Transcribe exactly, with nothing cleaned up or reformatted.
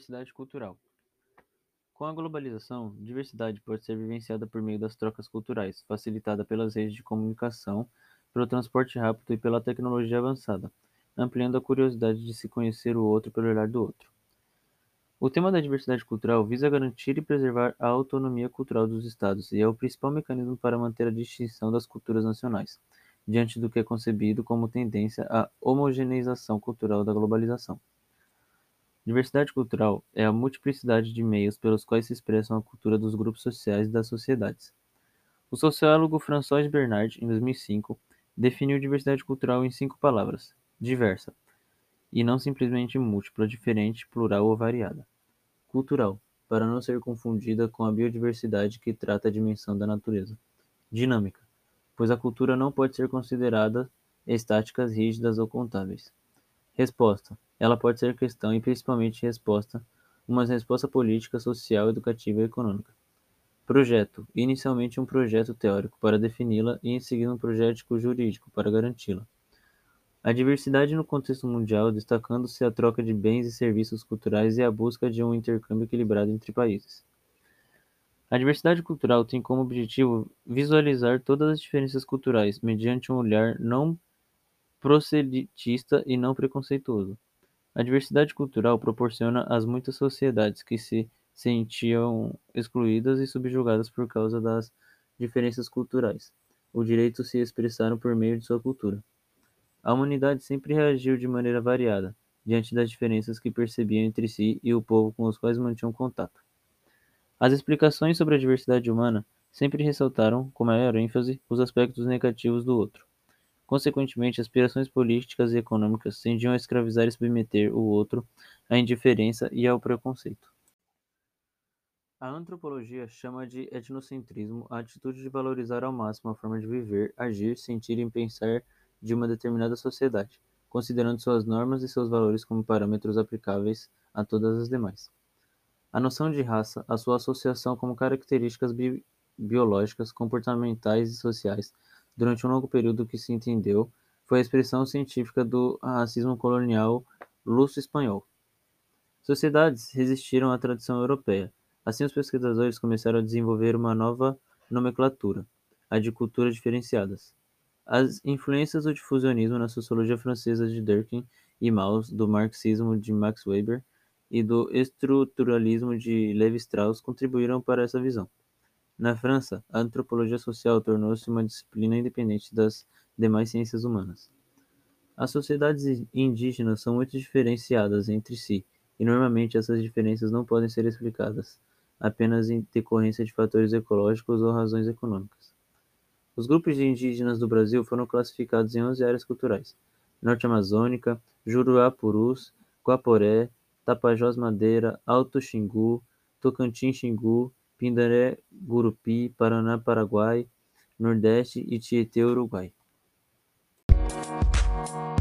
Diversidade cultural. Com a globalização, diversidade pode ser vivenciada por meio das trocas culturais, facilitada pelas redes de comunicação, pelo transporte rápido e pela tecnologia avançada, ampliando a curiosidade de se conhecer o outro pelo olhar do outro. O tema da diversidade cultural visa garantir e preservar a autonomia cultural dos Estados e é o principal mecanismo para manter a distinção das culturas nacionais, diante do que é concebido como tendência à homogeneização cultural da globalização. Diversidade cultural é a multiplicidade de meios pelos quais se expressam a cultura dos grupos sociais e das sociedades. O sociólogo François Bernard, em dois mil e cinco, definiu diversidade cultural em cinco palavras: diversa, e não simplesmente múltipla, diferente, plural ou variada. Cultural, para não ser confundida com a biodiversidade que trata a dimensão da natureza. Dinâmica, pois a cultura não pode ser considerada estáticas, rígidas ou contáveis. Resposta, ela pode ser questão e principalmente resposta, uma resposta política, social, educativa e econômica. Projeto, inicialmente um projeto teórico para defini-la e em seguida um projeto jurídico para garanti-la. A diversidade no contexto mundial, destacando-se a troca de bens e serviços culturais e a busca de um intercâmbio equilibrado entre países. A diversidade cultural tem como objetivo visualizar todas as diferenças culturais mediante um olhar não proselitista e não preconceituoso. A diversidade cultural proporciona às muitas sociedades que se sentiam excluídas e subjugadas por causa das diferenças culturais o direito de se expressar por meio de sua cultura. A humanidade sempre reagiu de maneira variada, diante das diferenças que percebia entre si e o povo com os quais mantinham contato. As explicações sobre a diversidade humana sempre ressaltaram, com maior ênfase, os aspectos negativos do outro. Consequentemente, aspirações políticas e econômicas tendiam a escravizar e submeter o outro à indiferença e ao preconceito. A antropologia chama de etnocentrismo a atitude de valorizar ao máximo a forma de viver, agir, sentir e pensar de uma determinada sociedade, considerando suas normas e seus valores como parâmetros aplicáveis a todas as demais. A noção de raça, a sua associação como características bi- biológicas, comportamentais e sociais, durante um longo período que se entendeu, foi a expressão científica do racismo colonial luso-espanhol. Sociedades resistiram à tradição europeia. Assim, os pesquisadores começaram a desenvolver uma nova nomenclatura, a de culturas diferenciadas. As influências do difusionismo na sociologia francesa de Durkheim e Mauss, do marxismo de Max Weber e do estruturalismo de Levi-Strauss contribuíram para essa visão. Na França, a antropologia social tornou-se uma disciplina independente das demais ciências humanas. As sociedades indígenas são muito diferenciadas entre si, e normalmente essas diferenças não podem ser explicadas apenas em decorrência de fatores ecológicos ou razões econômicas. Os grupos de indígenas do Brasil foram classificados em onze áreas culturais: Norte Amazônica, Juruá-Purus, Guaporé, Tapajós Madeira, Alto Xingu, Tocantins Xingu, Pindaré Gurupi, Paraná Paraguai, Nordeste e Tietê Uruguai.